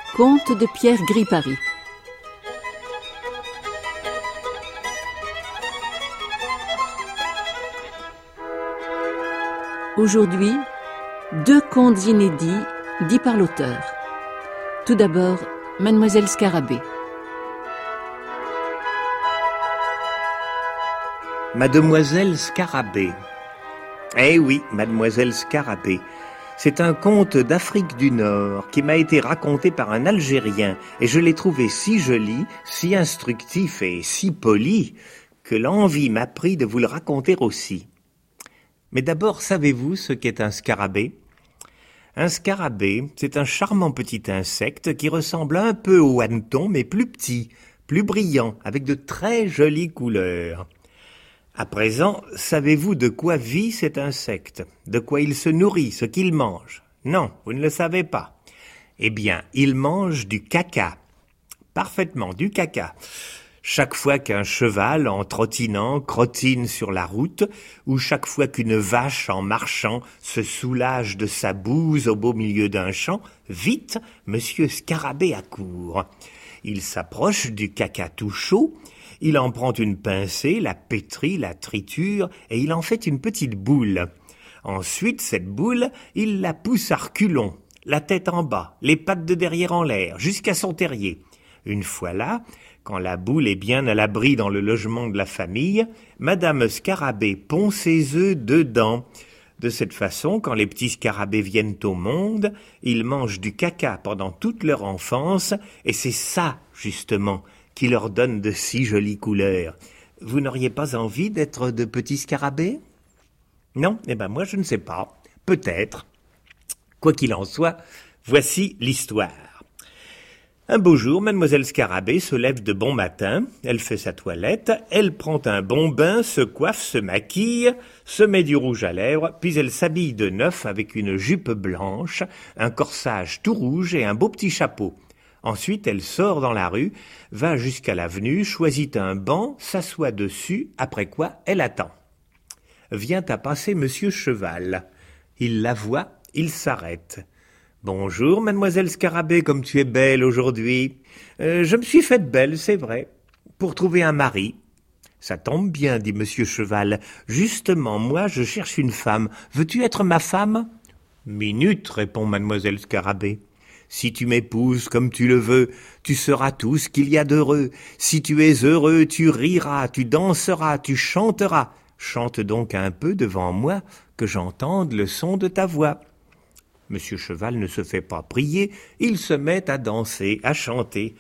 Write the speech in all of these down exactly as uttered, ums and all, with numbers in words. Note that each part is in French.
Conte de Pierre Gripari. Aujourd'hui, deux contes inédits dits par l'auteur. Tout d'abord, Mademoiselle Scarabée. Mademoiselle Scarabée. Eh oui, Mademoiselle Scarabée. C'est un conte d'Afrique du Nord qui m'a été raconté par un Algérien et je l'ai trouvé si joli, si instructif et si poli que l'envie m'a pris de vous le raconter aussi. Mais d'abord, savez-vous ce qu'est un scarabée ? Un scarabée, c'est un charmant petit insecte qui ressemble un peu au hanneton, mais plus petit, plus brillant, avec de très jolies couleurs. À présent, savez-vous de quoi vit cet insecte ? De quoi il se nourrit, ce qu'il mange ? Non, vous ne le savez pas. Eh bien, il mange du caca. Parfaitement, du caca. Chaque fois qu'un cheval, en trottinant, crottine sur la route, ou chaque fois qu'une vache, en marchant, se soulage de sa bouse au beau milieu d'un champ, vite, Monsieur Scarabée accourt. Il s'approche du caca tout chaud, il en prend une pincée, la pétrit, la triture, et il en fait une petite boule. Ensuite, cette boule, il la pousse à reculons, la tête en bas, les pattes de derrière en l'air, jusqu'à son terrier. Une fois là, quand la boule est bien à l'abri dans le logement de la famille, Madame Scarabée pond ses œufs dedans. De cette façon, quand les petits scarabées viennent au monde, ils mangent du caca pendant toute leur enfance, et c'est ça, justement, qui leur donne de si jolies couleurs. Vous n'auriez pas envie d'être de petits scarabées ? Non ? Eh ben moi je ne sais pas. Peut-être. Quoi qu'il en soit, voici l'histoire. Un beau jour, Mademoiselle Scarabée se lève de bon matin, elle fait sa toilette, elle prend un bon bain, se coiffe, se maquille, se met du rouge à lèvres, puis elle s'habille de neuf avec une jupe blanche, un corsage tout rouge et un beau petit chapeau. Ensuite, elle sort dans la rue, va jusqu'à l'avenue, choisit un banc, s'assoit dessus, après quoi elle attend. Vient à passer Monsieur Cheval. Il la voit, il s'arrête. « Bonjour, Mademoiselle Scarabée, comme tu es belle aujourd'hui. Euh, je me suis faite belle, c'est vrai, pour trouver un mari. »« Ça tombe bien, dit Monsieur Cheval. Justement, moi, je cherche une femme. Veux-tu être ma femme ?»« Minute, répond Mademoiselle Scarabée. Si tu m'épouses comme tu le veux, tu seras tout ce qu'il y a d'heureux. Si tu es heureux, tu riras, tu danseras, tu chanteras. Chante donc un peu devant moi, que j'entende le son de ta voix. » Monsieur Cheval ne se fait pas prier, il se met à danser, à chanter.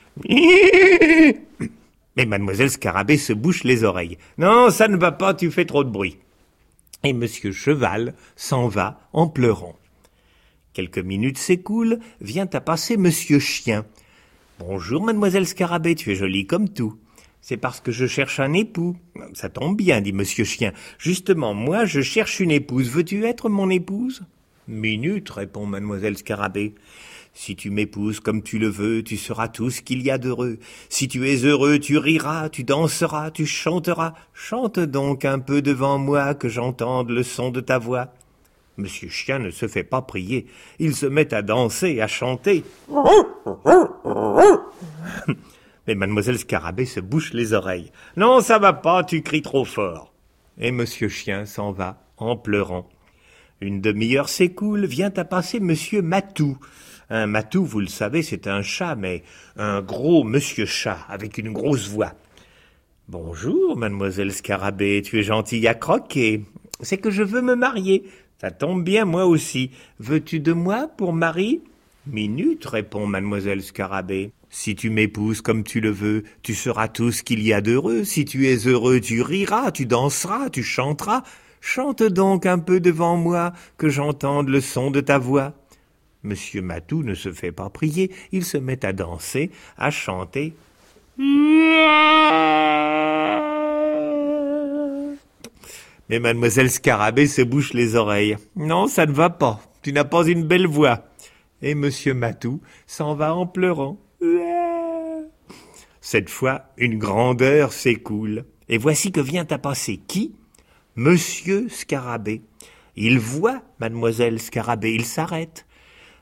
Mais Mademoiselle Scarabée se bouche les oreilles. « Non, ça ne va pas, tu fais trop de bruit. » Et Monsieur Cheval s'en va en pleurant. Quelques minutes s'écoulent, vient à passer Monsieur Chien. « Bonjour, Mademoiselle Scarabée, tu es jolie comme tout. »« C'est parce que je cherche un époux. »« Ça tombe bien, dit Monsieur Chien. Justement, moi, je cherche une épouse. Veux-tu être mon épouse ?»« Minute, répond Mademoiselle Scarabée. Si tu m'épouses comme tu le veux, tu seras tout ce qu'il y a d'heureux. Si tu es heureux, tu riras, tu danseras, tu chanteras. Chante donc un peu devant moi, que j'entende le son de ta voix. » Monsieur Chien ne se fait pas prier. Il se met à danser, à chanter. Mais Mademoiselle Scarabée se bouche les oreilles. « Non, ça va pas, tu cries trop fort. » Et Monsieur Chien s'en va en pleurant. Une demi-heure s'écoule, vient à passer Monsieur Matou. Un matou, vous le savez, c'est un chat, mais un gros Monsieur Chat, avec une grosse voix. « Bonjour, Mademoiselle Scarabée, tu es gentille à croquer. C'est que je veux me marier. Ça tombe bien, moi aussi. Veux-tu de moi pour mari ?»« Minute, répond Mademoiselle Scarabée. Si tu m'épouses comme tu le veux, tu seras tout ce qu'il y a d'heureux. Si tu es heureux, tu riras, tu danseras, tu chanteras. Chante donc un peu devant moi, que j'entende le son de ta voix. » Monsieur Matou ne se fait pas prier, il se met à danser, à chanter. Mais Mademoiselle Scarabée se bouche les oreilles. « Non, ça ne va pas, tu n'as pas une belle voix. » Et Monsieur Matou s'en va en pleurant. Cette fois, une grande heure s'écoule, et voici que vient à passer qui ? Monsieur Scarabée. Il voit Mademoiselle Scarabée, il s'arrête.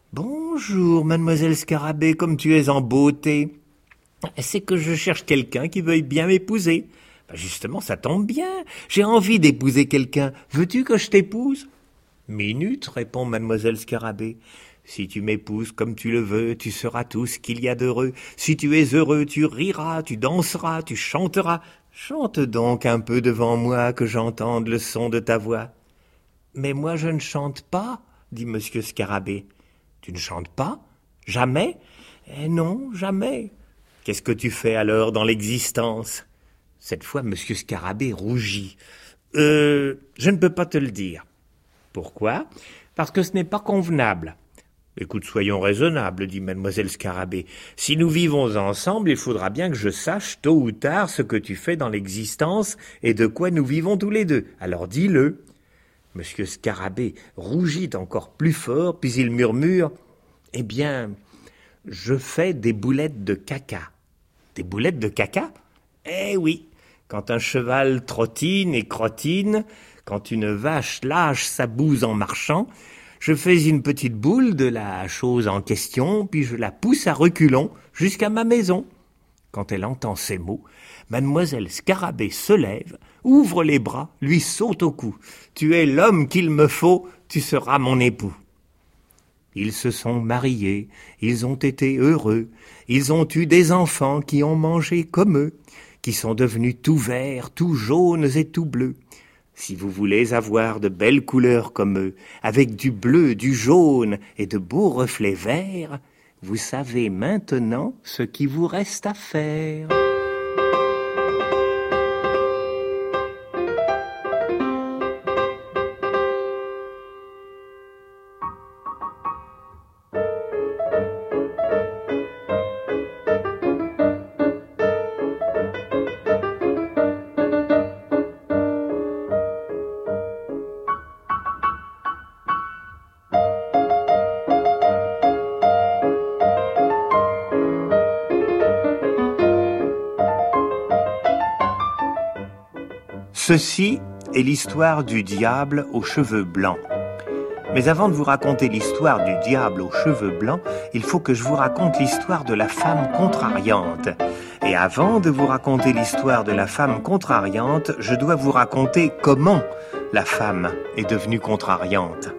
« Bonjour, mademoiselle Scarabée, comme tu es en beauté. C'est que je cherche quelqu'un qui veuille bien m'épouser. Ben justement, ça tombe bien. J'ai envie d'épouser quelqu'un. Veux-tu que je t'épouse ?»« Minute, répond mademoiselle Scarabée. Si tu m'épouses comme tu le veux, tu seras tout ce qu'il y a d'heureux. Si tu es heureux, tu riras, tu danseras, tu chanteras. Chante donc un peu devant moi, que j'entende le son de ta voix. »« Mais moi je ne chante pas, dit monsieur Scarabée. »« Tu ne chantes pas? Jamais? »« Eh non, jamais. » « Qu'est-ce que tu fais alors dans l'existence ?» Cette fois, monsieur Scarabée rougit. « Euh, je ne peux pas te le dire. »« Pourquoi ? » ?»« Parce que ce n'est pas convenable. »« Écoute, soyons raisonnables, dit mademoiselle Scarabée. Si nous vivons ensemble, il faudra bien que je sache tôt ou tard ce que tu fais dans l'existence et de quoi nous vivons tous les deux. Alors dis-le. » Monsieur Scarabée rougit encore plus fort, puis il murmure. « Eh bien, je fais des boulettes de caca. » Des boulettes de caca ? Eh oui, quand un cheval trottine et crottine, quand une vache lâche sa bouse en marchant, je fais une petite boule de la chose en question, puis je la pousse à reculons jusqu'à ma maison. Quand elle entend ces mots, mademoiselle Scarabée se lève, ouvre les bras, lui saute au cou. « Tu es l'homme qu'il me faut, tu seras mon époux. » Ils se sont mariés, ils ont été heureux, ils ont eu des enfants qui ont mangé comme eux, qui sont devenus tout verts, tout jaunes et tout bleus. Si vous voulez avoir de belles couleurs comme eux, avec du bleu, du jaune et de beaux reflets verts, vous savez maintenant ce qu'il vous reste à faire. Ceci est l'histoire du diable aux cheveux blancs. Mais avant de vous raconter l'histoire du diable aux cheveux blancs, il faut que je vous raconte l'histoire de la femme contrariante. Et avant de vous raconter l'histoire de la femme contrariante, je dois vous raconter comment la femme est devenue contrariante.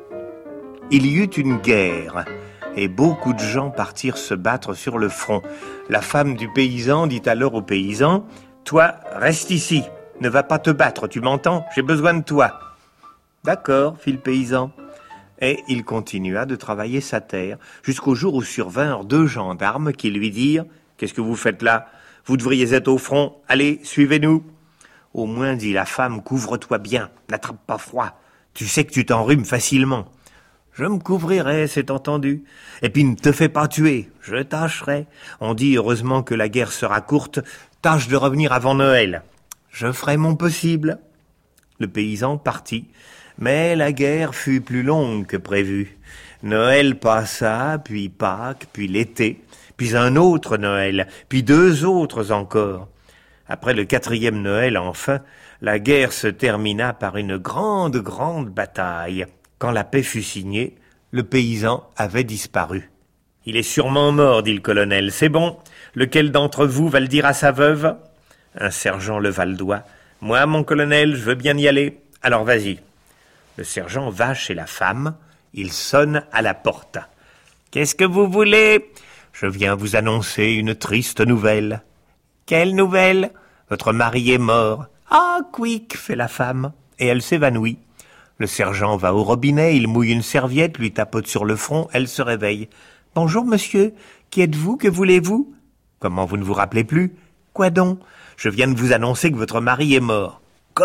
Il y eut une guerre, et beaucoup de gens partirent se battre sur le front. La femme du paysan dit alors au paysan, « Toi, reste ici. Ne va pas te battre, tu m'entends? J'ai besoin de toi. » « D'accord, fit le paysan. Et il continua de travailler sa terre, jusqu'au jour où survinrent deux gendarmes qui lui dirent « Qu'est-ce que vous faites là? Vous devriez être au front. Allez, suivez-nous. » Au moins, dit la femme, couvre-toi bien, n'attrape pas froid. Tu sais que tu t'enrhumes facilement. Je me couvrirai, c'est entendu. Et puis ne te fais pas tuer, je tâcherai. On dit heureusement que la guerre sera courte, tâche de revenir avant Noël. Je ferai mon possible. Le paysan partit, mais la guerre fut plus longue que prévu. Noël passa, puis Pâques, puis l'été, puis un autre Noël, puis deux autres encore. Après le quatrième Noël, enfin, la guerre se termina par une grande, grande bataille. Quand la paix fut signée, le paysan avait disparu. « Il est sûrement mort, dit le colonel. C'est bon. Lequel d'entre vous va le dire à sa veuve ?» Un sergent leva le doigt. « Moi, mon colonel, je veux bien y aller. Alors vas-y. » Le sergent va chez la femme. Il sonne à la porte. « Qu'est-ce que vous voulez ? » ?»« Je viens vous annoncer une triste nouvelle. »« Quelle nouvelle ? » ?»« Votre mari est mort. »« Ah, quick !» fait la femme. Et elle s'évanouit. Le sergent va au robinet, il mouille une serviette, lui tapote sur le front, elle se réveille. « Bonjour, monsieur. Qui êtes-vous ? Que voulez-vous ? » ?»« Comment, vous ne vous rappelez plus ? » ?»« Quoi donc ? Je viens de vous annoncer que votre mari est mort. »« Comment ?»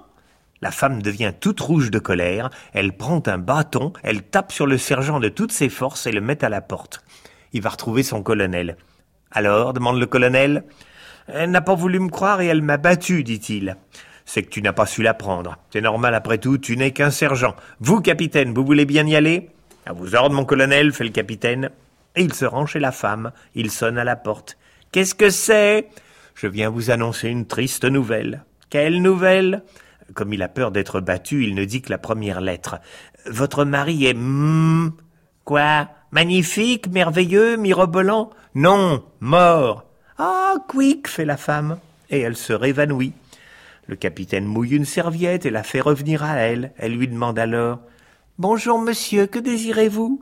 La femme devient toute rouge de colère, elle prend un bâton, elle tape sur le sergent de toutes ses forces et le met à la porte. Il va retrouver son colonel. « Alors ?» demande le colonel. « Elle n'a pas voulu me croire et elle m'a battu, dit-il. »« C'est que tu n'as pas su la prendre. C'est normal après tout, tu n'es qu'un sergent. Vous, capitaine, vous voulez bien y aller ? » ?»« À vos ordres, mon colonel, fait le capitaine. » Et il se rend chez la femme, il sonne à la porte. « Qu'est-ce que c'est ? » ?»« Je viens vous annoncer une triste nouvelle. »« Quelle nouvelle ? » Comme il a peur d'être battu, il ne dit que la première lettre. « Votre mari est... Hmm... Quoi ? Magnifique, merveilleux, mirobolant? Non, mort. Ah, quick, fait la femme, et elle se révanouit. Le capitaine mouille une serviette et la fait revenir à elle. Elle lui demande alors « Bonjour, monsieur, que désirez-vous » ?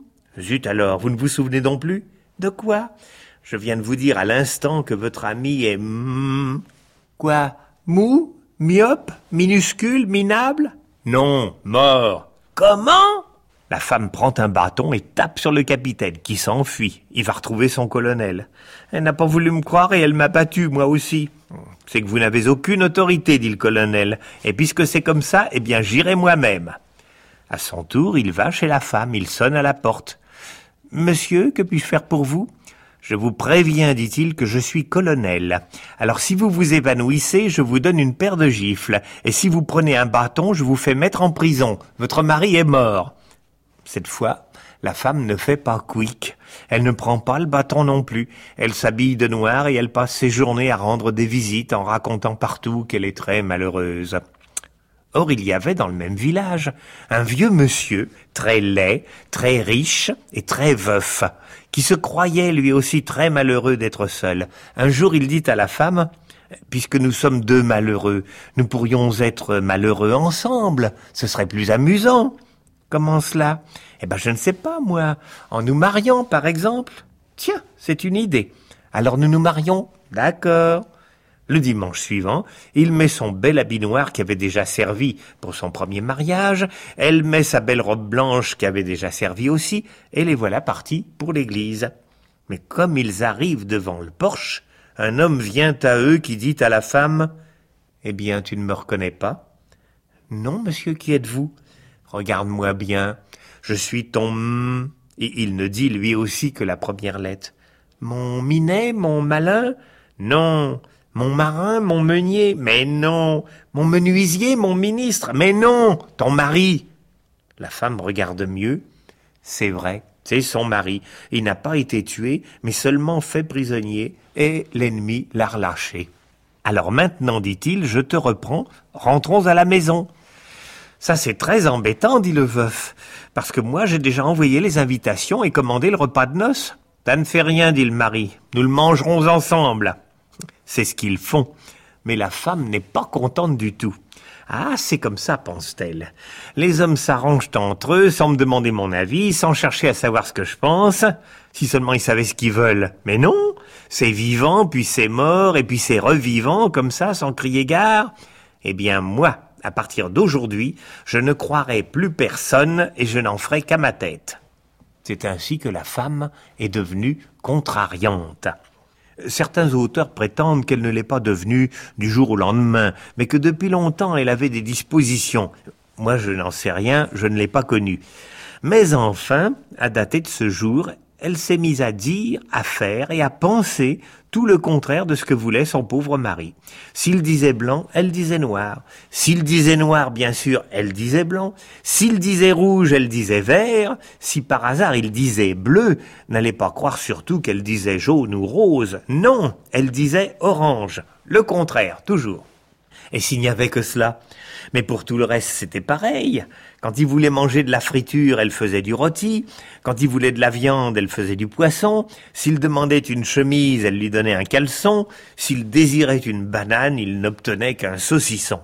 Zut alors, vous ne vous souvenez non plus ? De quoi ? Je viens de vous dire à l'instant que votre ami est... Mm, quoi ? Mou ? Myope ? Minuscule ? Minable ? Non, mort. Comment ? La femme prend un bâton et tape sur le capitaine, qui s'enfuit. Il va retrouver son colonel. Elle n'a pas voulu me croire et elle m'a battu, moi aussi. C'est que vous n'avez aucune autorité, dit le colonel. Et puisque c'est comme ça, eh bien j'irai moi-même. À son tour, il va chez la femme, il sonne à la porte. « Monsieur, que puis-je faire pour vous ?»« Je vous préviens, dit-il, que je suis colonel. Alors si vous vous évanouissez, je vous donne une paire de gifles. Et si vous prenez un bâton, je vous fais mettre en prison. Votre mari est mort. » Cette fois, la femme ne fait pas quick. Elle ne prend pas le bâton non plus. Elle s'habille de noir et elle passe ses journées à rendre des visites en racontant partout qu'elle est très malheureuse. Or, il y avait dans le même village un vieux monsieur, très laid, très riche et très veuf, qui se croyait lui aussi très malheureux d'être seul. Un jour, il dit à la femme « Puisque nous sommes deux malheureux, nous pourrions être malheureux ensemble, ce serait plus amusant. » Comment cela ? Eh ben, je ne sais pas, moi. En nous mariant, par exemple. Tiens, c'est une idée. Alors nous nous marions. D'accord. Le dimanche suivant, il met son bel habit noir qui avait déjà servi pour son premier mariage, elle met sa belle robe blanche qui avait déjà servi aussi, et les voilà partis pour l'église. Mais comme ils arrivent devant le porche, un homme vient à eux qui dit à la femme « Eh bien, tu ne me reconnais pas ?»« Non, monsieur, qui êtes-vous ?»« Regarde-moi bien, je suis ton m... » Et il ne dit lui aussi que la première lettre. « Mon minet, mon malin ?»« Non. » Mon marin, mon meunier, mais non. Mon menuisier, mon ministre, mais non. Ton mari. La femme regarde mieux. C'est vrai, c'est son mari. Il n'a pas été tué, mais seulement fait prisonnier, et l'ennemi l'a relâché. Alors maintenant, dit-il, je te reprends, rentrons à la maison. Ça c'est très embêtant, dit le veuf, parce que moi j'ai déjà envoyé les invitations et commandé le repas de noces. Ça ne fait rien, dit le mari, nous le mangerons ensemble. C'est ce qu'ils font, mais la femme n'est pas contente du tout. Ah, c'est comme ça, pense-t-elle. Les hommes s'arrangent entre eux sans me demander mon avis, sans chercher à savoir ce que je pense. Si seulement ils savaient ce qu'ils veulent. Mais non, c'est vivant, puis c'est mort, et puis c'est revivant, comme ça, sans crier gare. Eh bien, moi, à partir d'aujourd'hui, je ne croirai plus personne et je n'en ferai qu'à ma tête. C'est ainsi que la femme est devenue contrariante. Certains auteurs prétendent qu'elle ne l'est pas devenue du jour au lendemain, mais que depuis longtemps elle avait des dispositions. Moi je n'en sais rien, je ne l'ai pas connue. Mais enfin, à dater de ce jour, elle s'est mise à dire, à faire et à penser tout le contraire de ce que voulait son pauvre mari. S'il disait blanc, elle disait noir. S'il disait noir, bien sûr, elle disait blanc. S'il disait rouge, elle disait vert. Si par hasard il disait bleu, n'allez pas croire surtout qu'elle disait jaune ou rose. Non, elle disait orange. Le contraire, toujours. Et s'il n'y avait que cela ? Mais pour tout le reste, c'était pareil. Quand il voulait manger de la friture, elle faisait du rôti. Quand il voulait de la viande, elle faisait du poisson. S'il demandait une chemise, elle lui donnait un caleçon. S'il désirait une banane, il n'obtenait qu'un saucisson.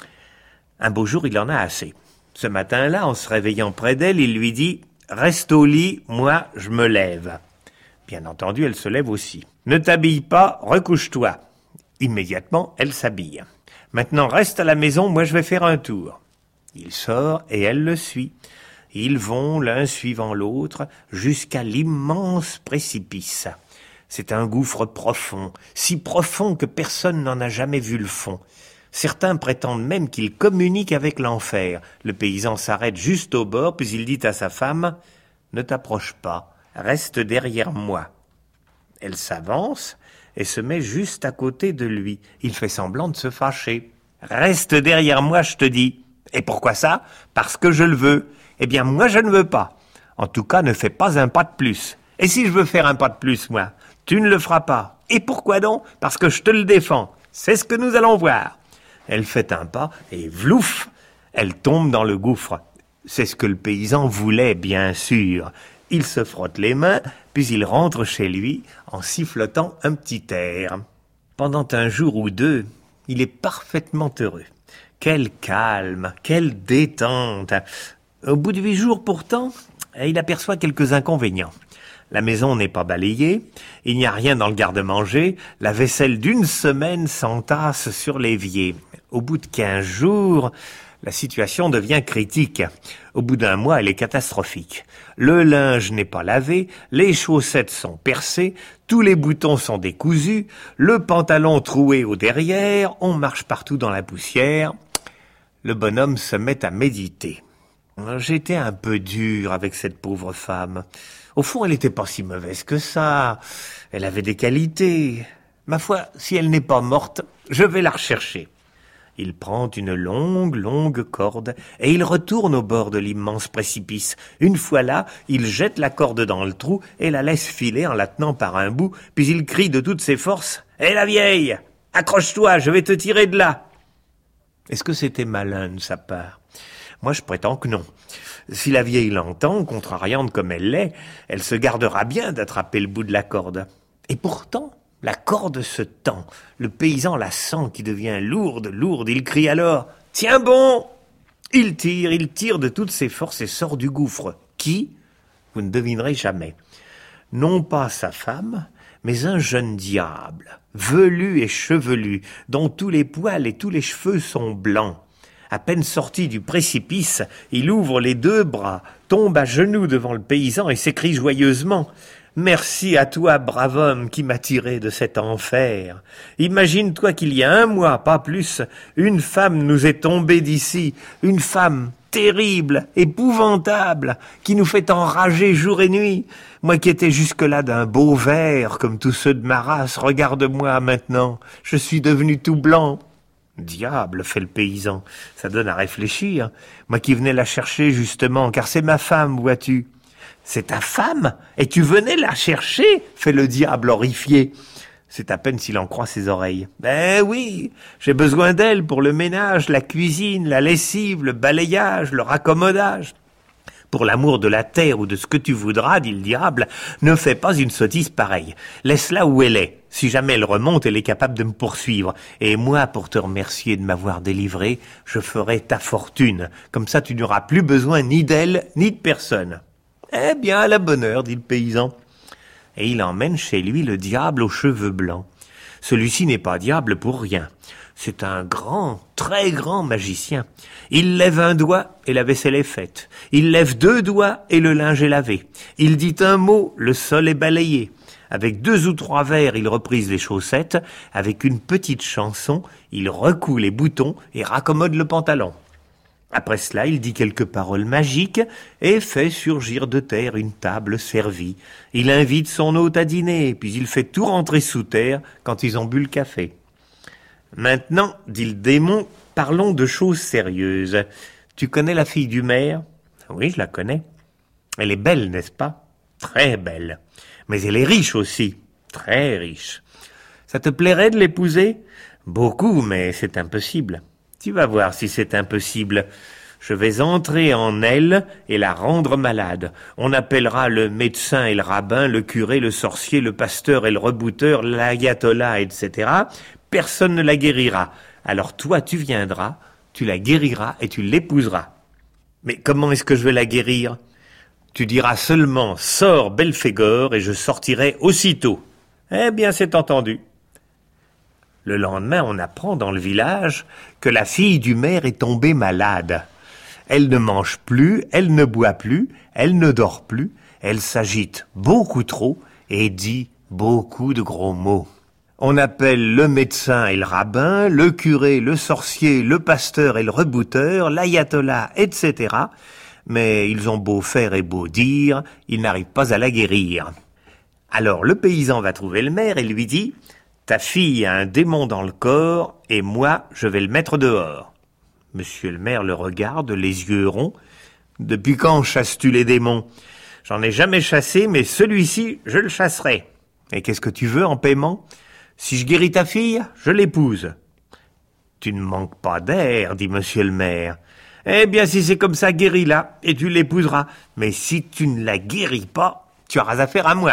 Un beau jour, il en a assez. Ce matin-là, en se réveillant près d'elle, il lui dit « Reste au lit, moi, je me lève. » Bien entendu, elle se lève aussi. « Ne t'habille pas, recouche-toi. » Immédiatement, elle s'habille. « Maintenant, reste à la maison, moi je vais faire un tour. » Il sort et elle le suit. Ils vont l'un suivant l'autre jusqu'à l'immense précipice. C'est un gouffre profond, si profond que personne n'en a jamais vu le fond. Certains prétendent même qu'il communique avec l'enfer. Le paysan s'arrête juste au bord, puis il dit à sa femme « Ne t'approche pas, reste derrière moi. » Elle s'avance et se met juste à côté de lui. Il fait semblant de se fâcher. « Reste derrière moi, je te dis. » « Et pourquoi ça ? Parce que je le veux. Eh bien, moi, je ne veux pas. En tout cas, ne fais pas un pas de plus. Et si je veux faire un pas de plus, moi, tu ne le feras pas. Et pourquoi donc ? Parce que je te le défends. C'est ce que nous allons voir. » Elle fait un pas et vlouf, elle tombe dans le gouffre. C'est ce que le paysan voulait, bien sûr. Il se frotte les mains, puis il rentre chez lui en sifflotant un petit air. Pendant un jour ou deux, il est parfaitement heureux. Quel calme, quelle détente. Au bout de huit jours pourtant, il aperçoit quelques inconvénients. La maison n'est pas balayée, il n'y a rien dans le garde-manger, la vaisselle d'une semaine s'entasse sur l'évier. Au bout de quinze jours, la situation devient critique. Au bout d'un mois, elle est catastrophique. Le linge n'est pas lavé, les chaussettes sont percées, tous les boutons sont décousus, le pantalon troué au derrière, on marche partout dans la poussière. Le bonhomme se met à méditer. J'étais un peu dur avec cette pauvre femme. Au fond, elle n'était pas si mauvaise que ça. Elle avait des qualités. Ma foi, si elle n'est pas morte, je vais la rechercher. Il prend une longue, longue corde et il retourne au bord de l'immense précipice. Une fois là, il jette la corde dans le trou et la laisse filer en la tenant par un bout, puis il crie de toutes ses forces « Hé la vieille, accroche-toi, je vais te tirer de là !» Est-ce que c'était malin de sa part ? Moi, je prétends que non. Si la vieille l'entend, contrariante comme elle l'est, elle se gardera bien d'attraper le bout de la corde. Et pourtant, la corde se tend. Le paysan la sent qui devient lourde, lourde. Il crie alors « Tiens bon !» Il tire, il tire de toutes ses forces et sort du gouffre. Qui ? Vous ne devinerez jamais. Non pas sa femme, mais un jeune diable, velu et chevelu, dont tous les poils et tous les cheveux sont blancs. À peine sorti du précipice, il ouvre les deux bras, tombe à genoux devant le paysan et s'écrie joyeusement « Merci à toi, brave homme, qui m'a tiré de cet enfer. Imagine-toi qu'il y a un mois, pas plus, une femme nous est tombée d'ici, une femme terrible, épouvantable, qui nous fait enrager jour et nuit. Moi qui étais jusque-là d'un beau vert, comme tous ceux de ma race, regarde-moi maintenant, je suis devenu tout blanc. » Diable, fait le paysan, ça donne à réfléchir. Moi qui venais la chercher justement, car c'est ma femme, vois-tu. C'est ta femme ? Et tu venais la chercher ? Fait le diable horrifié. C'est à peine s'il en croit ses oreilles. Ben oui, j'ai besoin d'elle pour le ménage, la cuisine, la lessive, le balayage, le raccommodage. Pour l'amour de la terre ou de ce que tu voudras, dit le diable, ne fais pas une sottise pareille. Laisse-la où elle est. Si jamais elle remonte, elle est capable de me poursuivre. Et moi, pour te remercier de m'avoir délivré, je ferai ta fortune. Comme ça, tu n'auras plus besoin ni d'elle, ni de personne. Eh bien, à la bonne heure, dit le paysan. Et il emmène chez lui le diable aux cheveux blancs. Celui-ci n'est pas diable pour rien. C'est un grand, très grand magicien. Il lève un doigt et la vaisselle est faite. Il lève deux doigts et le linge est lavé. Il dit un mot, le sol est balayé. Avec deux ou trois vers, il reprise les chaussettes. Avec une petite chanson, il recoud les boutons et raccommode le pantalon. Après cela, il dit quelques paroles magiques et fait surgir de terre une table servie. Il invite son hôte à dîner, puis il fait tout rentrer sous terre quand ils ont bu le café. Maintenant, dit le démon, parlons de choses sérieuses. Tu connais la fille du maire ? Oui, je la connais. Elle est belle, n'est-ce pas ? Très belle. Mais elle est riche aussi. Très riche. Ça te plairait de l'épouser ? Beaucoup, mais c'est impossible. Tu vas voir si c'est impossible. Je vais entrer en elle et la rendre malade. On appellera le médecin et le rabbin, le curé, le sorcier, le pasteur et le rebouteur, l'ayatollah, et cetera. Personne ne la guérira. Alors toi, tu viendras, tu la guériras et tu l'épouseras. Mais comment est-ce que je vais la guérir ? Tu diras seulement « Sors, Belphégor » et je sortirai aussitôt. Eh bien, c'est entendu. Le lendemain, on apprend dans le village que la fille du maire est tombée malade. Elle ne mange plus, elle ne boit plus, elle ne dort plus, elle s'agite beaucoup trop et dit beaucoup de gros mots. On appelle le médecin et le rabbin, le curé, le sorcier, le pasteur et le rebouteur, l'ayatollah, et cetera. Mais ils ont beau faire et beau dire, ils n'arrivent pas à la guérir. Alors le paysan va trouver le maire et lui dit « Ta fille a un démon dans le corps et moi, je vais le mettre dehors. » Monsieur le maire le regarde, les yeux ronds. « Depuis quand chasses-tu les démons ? J'en ai jamais chassé, mais celui-ci, je le chasserai. Et qu'est-ce que tu veux en paiement ? Si je guéris ta fille, je l'épouse. » « Tu ne manques pas d'air, dit monsieur le maire. Eh bien, si c'est comme ça, guéris-la, et tu l'épouseras. Mais si tu ne la guéris pas, tu auras affaire à moi. »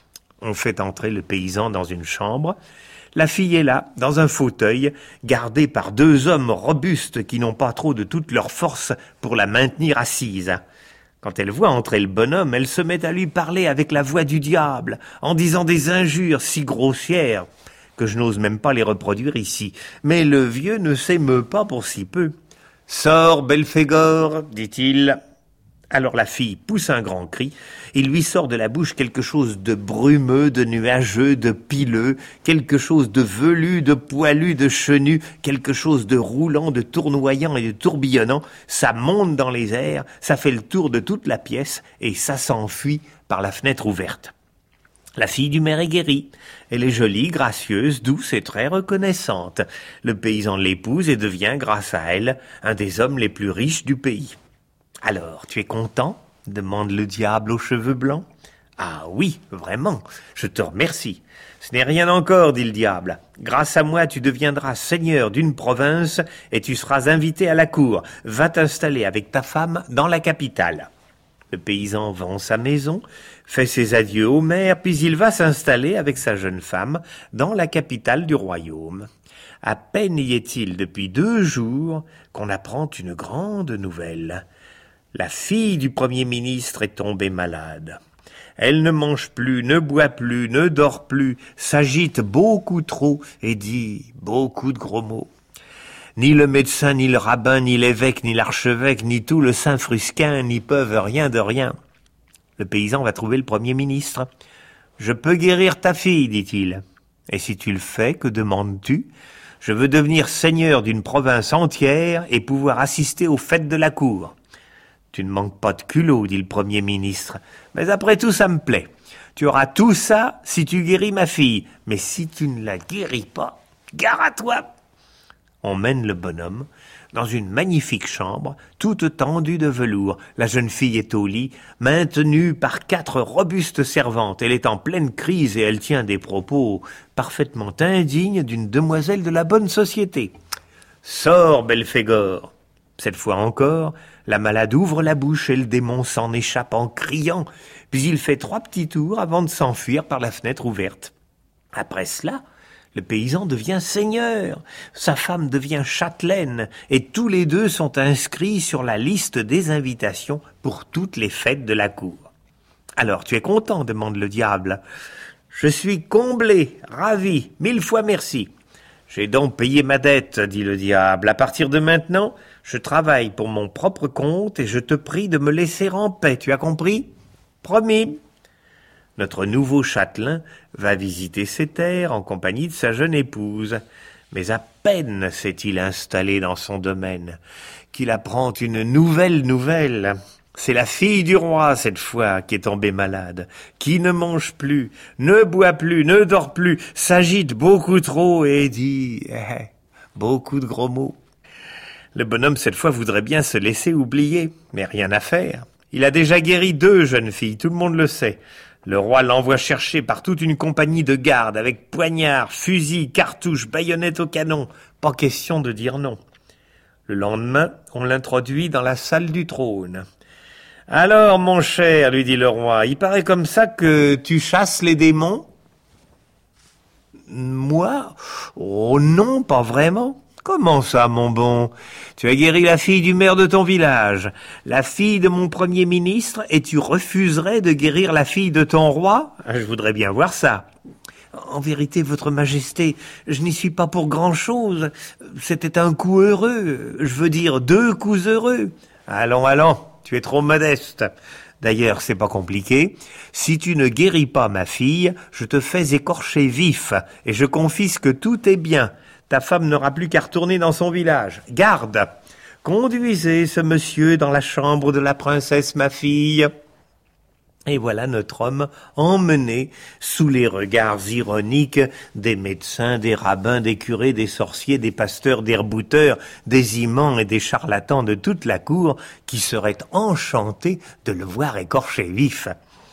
On fait entrer le paysan dans une chambre. La fille est là, dans un fauteuil, gardée par deux hommes robustes qui n'ont pas trop de toute leur force pour la maintenir assise. Quand elle voit entrer le bonhomme, elle se met à lui parler avec la voix du diable, en disant des injures si grossières que je n'ose même pas les reproduire ici. Mais le vieux ne s'émeut pas pour si peu. « Sors, Belphégor, dit-il. » Alors la fille pousse un grand cri, il lui sort de la bouche quelque chose de brumeux, de nuageux, de pileux, quelque chose de velu, de poilu, de chenu, quelque chose de roulant, de tournoyant et de tourbillonnant. Ça monte dans les airs, ça fait le tour de toute la pièce et ça s'enfuit par la fenêtre ouverte. La fille du maire est guérie. Elle est jolie, gracieuse, douce et très reconnaissante. Le paysan l'épouse et devient, grâce à elle, un des hommes les plus riches du pays. « Alors, tu es content ?» demande le diable aux cheveux blancs. « Ah oui, vraiment, je te remercie. Ce n'est rien encore, dit le diable. Grâce à moi, tu deviendras seigneur d'une province et tu seras invité à la cour. Va t'installer avec ta femme dans la capitale. » Le paysan vend sa maison, fait ses adieux au maire, puis il va s'installer avec sa jeune femme dans la capitale du royaume. À peine y est-il depuis deux jours qu'on apprend une grande nouvelle. La fille du Premier ministre est tombée malade. Elle ne mange plus, ne boit plus, ne dort plus, s'agite beaucoup trop et dit beaucoup de gros mots. Ni le médecin, ni le rabbin, ni l'évêque, ni l'archevêque, ni tout le Saint-Frusquin n'y peuvent rien de rien. Le paysan va trouver le Premier ministre. « Je peux guérir ta fille, dit-il. Et si tu le fais, que demandes-tu ? Je veux devenir seigneur d'une province entière et pouvoir assister aux fêtes de la cour. » « Tu ne manques pas de culot, dit le Premier ministre. Mais après tout, ça me plaît. Tu auras tout ça si tu guéris ma fille. Mais si tu ne la guéris pas, gare à toi !» On mène le bonhomme dans une magnifique chambre, toute tendue de velours. La jeune fille est au lit, maintenue par quatre robustes servantes. Elle est en pleine crise et elle tient des propos parfaitement indignes d'une demoiselle de la bonne société. « Sors, Belphégor !» Cette fois encore, la malade ouvre la bouche et le démon s'en échappe en criant, puis il fait trois petits tours avant de s'enfuir par la fenêtre ouverte. Après cela, le paysan devient seigneur, sa femme devient châtelaine, et tous les deux sont inscrits sur la liste des invitations pour toutes les fêtes de la cour. « Alors, tu es content ?» demande le diable. « Je suis comblé, ravi, mille fois merci. » « J'ai donc payé ma dette, dit le diable. À partir de maintenant, je travaille pour mon propre compte et je te prie de me laisser en paix, tu as compris ? Promis. » Notre nouveau châtelain va visiter ses terres en compagnie de sa jeune épouse. Mais à peine s'est-il installé dans son domaine qu'il apprend une nouvelle nouvelle. C'est la fille du roi, cette fois, qui est tombée malade, qui ne mange plus, ne boit plus, ne dort plus, s'agite beaucoup trop et dit eh, beaucoup de gros mots. Le bonhomme, cette fois, voudrait bien se laisser oublier, mais rien à faire. Il a déjà guéri deux jeunes filles, tout le monde le sait. Le roi l'envoie chercher par toute une compagnie de gardes, avec poignards, fusils, cartouches, baïonnettes au canon. Pas question de dire non. Le lendemain, on l'introduit dans la salle du trône. « Alors, mon cher, lui dit le roi, il paraît comme ça que tu chasses les démons ?»« Moi ? Oh non, pas vraiment. » « Comment ça, mon bon ? Tu as guéri la fille du maire de ton village, la fille de mon premier ministre, et tu refuserais de guérir la fille de ton roi ? Je voudrais bien voir ça. »« En vérité, votre majesté, je n'y suis pas pour grand-chose. C'était un coup heureux, je veux dire deux coups heureux. »« Allons, allons, tu es trop modeste. D'ailleurs, c'est pas compliqué. Si tu ne guéris pas ma fille, je te fais écorcher vif, et je confisque tous tes biens. Ta femme n'aura plus qu'à retourner dans son village. Garde, conduisez ce monsieur dans la chambre de la princesse, ma fille. » Et voilà notre homme emmené sous les regards ironiques des médecins, des rabbins, des curés, des sorciers, des pasteurs, des rebouteurs, des imams et des charlatans de toute la cour qui seraient enchantés de le voir écorché vif.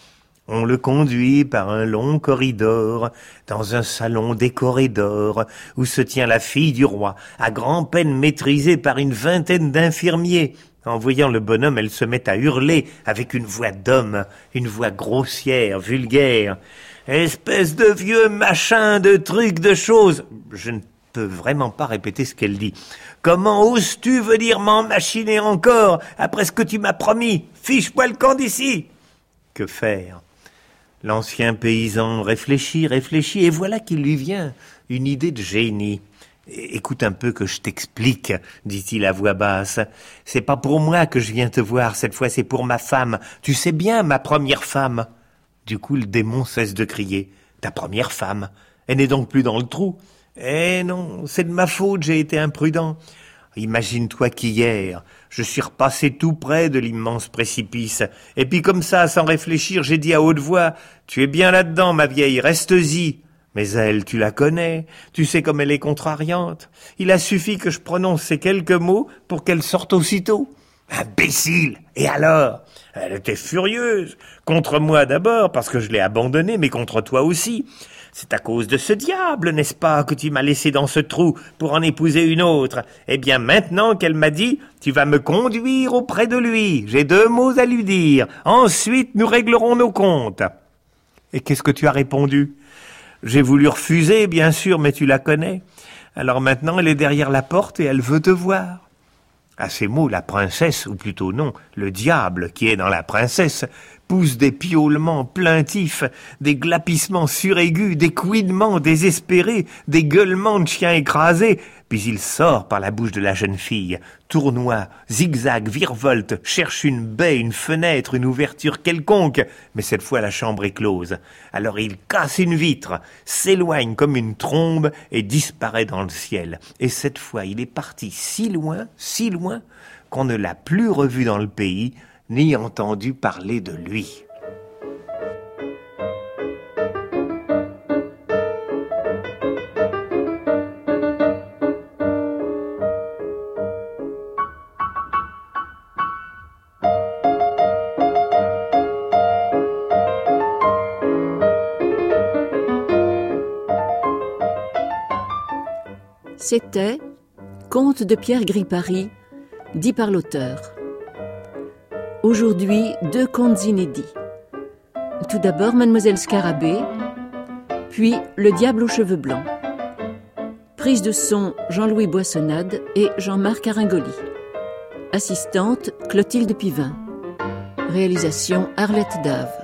On le conduit par un long corridor, dans un salon décoré d'or, où se tient la fille du roi, à grand-peine maîtrisée par une vingtaine d'infirmiers. En voyant le bonhomme, elle se met à hurler avec une voix d'homme, une voix grossière, vulgaire. « Espèce de vieux machin, de trucs, de choses !» Je ne peux vraiment pas répéter ce qu'elle dit. « Comment oses-tu venir m'emmachiner encore, après ce que tu m'as promis? Fiche-moi le camp d'ici !» Que faire? L'ancien paysan réfléchit, réfléchit, et voilà qu'il lui vient une idée de génie. « Écoute un peu que je t'explique, dit-il à voix basse. C'est pas pour moi que je viens te voir, cette fois c'est pour ma femme. Tu sais bien, ma première femme. » Du coup, le démon cesse de crier. « Ta première femme? Elle n'est donc plus dans le trou? »« Eh non, c'est de ma faute, j'ai été imprudent. Imagine-toi qu'hier, je suis repassé tout près de l'immense précipice. Et puis comme ça, sans réfléchir, j'ai dit à haute voix, « Tu es bien là-dedans, ma vieille, reste-y. » Mais elle, tu la connais, tu sais comme elle est contrariante. Il a suffi que je prononce ces quelques mots pour qu'elle sorte aussitôt. Imbécile! Et alors? Elle était furieuse. Contre moi d'abord, parce que je l'ai abandonnée, mais contre toi aussi. C'est à cause de ce diable, n'est-ce pas, que tu m'as laissé dans ce trou pour en épouser une autre. Eh bien, maintenant qu'elle m'a dit, tu vas me conduire auprès de lui. J'ai deux mots à lui dire. Ensuite, nous réglerons nos comptes. Et qu'est-ce que tu as répondu? J'ai voulu refuser, bien sûr, mais tu la connais. Alors maintenant, elle est derrière la porte et elle veut te voir. » À ces mots, la princesse, ou plutôt non, le diable qui est dans la princesse, pousse des piaulements plaintifs, des glapissements suraigus, des couinements désespérés, des gueulements de chiens écrasés, puis il sort par la bouche de la jeune fille, tournoie, zigzag, virevolte, cherche une baie, une fenêtre, une ouverture quelconque, mais cette fois la chambre est close. Alors il casse une vitre, s'éloigne comme une trombe et disparaît dans le ciel. Et cette fois il est parti si loin, si loin, qu'on ne l'a plus revu dans le pays, ni entendu parler de lui. C'était Conte de Pierre Gripari, dit par l'auteur. Aujourd'hui, deux contes inédits. Tout d'abord, Mademoiselle Scarabée, puis Le diable aux cheveux blancs. Prise de son, Jean-Louis Boissonnade et Jean-Marc Aringoli. Assistante, Clotilde Pivin. Réalisation, Arlette Dave.